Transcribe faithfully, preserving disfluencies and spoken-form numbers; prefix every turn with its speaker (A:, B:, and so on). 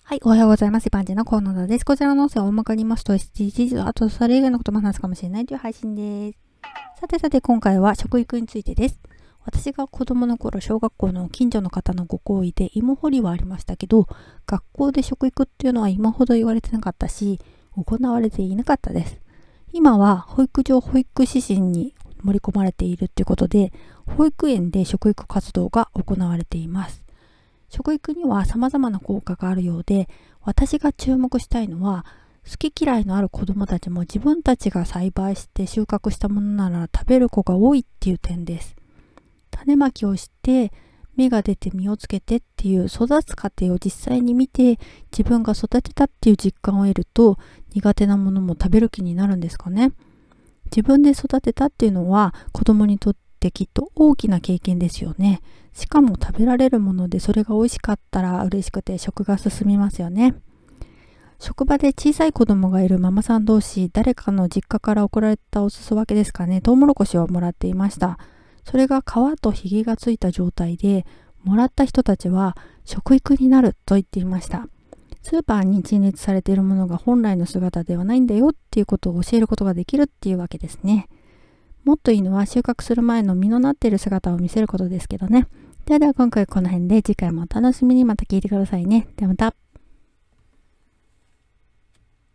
A: はい、おはようございます。一般人のコーナーです。こちらの音声を大まかに言いますと、エスディージーズ、あとそれ以外のことも話すかもしれないという配信です。さてさて、今回は食育についてです。私が子供の頃、小学校の近所の方のご好意で芋掘りはありましたけど、学校で食育っていうのは今ほど言われてなかったし、行われていなかったです。今は保育上保育指針に盛り込まれているということで、保育園で食育活動が行われています。食育には様々な効果があるようで、私が注目したいのは、好き嫌いのある子どもたちも自分たちが栽培して収穫したものなら食べる子が多いっていう点です。種まきをして芽が出て実をつけてっていう育つ過程を実際に見て、自分が育てたっていう実感を得ると、苦手なものも食べる気になるんですかね。自分で育てたっていうのは子供にとってきっと大きな経験ですよね。しかも食べられるものでそれが美味しかったら嬉しくて食が進みますよね。職場で小さい子供がいるママさん同士、誰かの実家から送られたお裾分けですかね、トウモロコシをもらっていました。それが皮とひげがついた状態で、もらった人たちは食育になると言っていました。スーパーに陳列されているものが本来の姿ではないんだよっていうことを教えることができるっていうわけですね。もっといいのは収穫する前の実のなっている姿を見せることですけどね。ではでは今回この辺で、次回もお楽しみに。また聞いてくださいね。ではまた。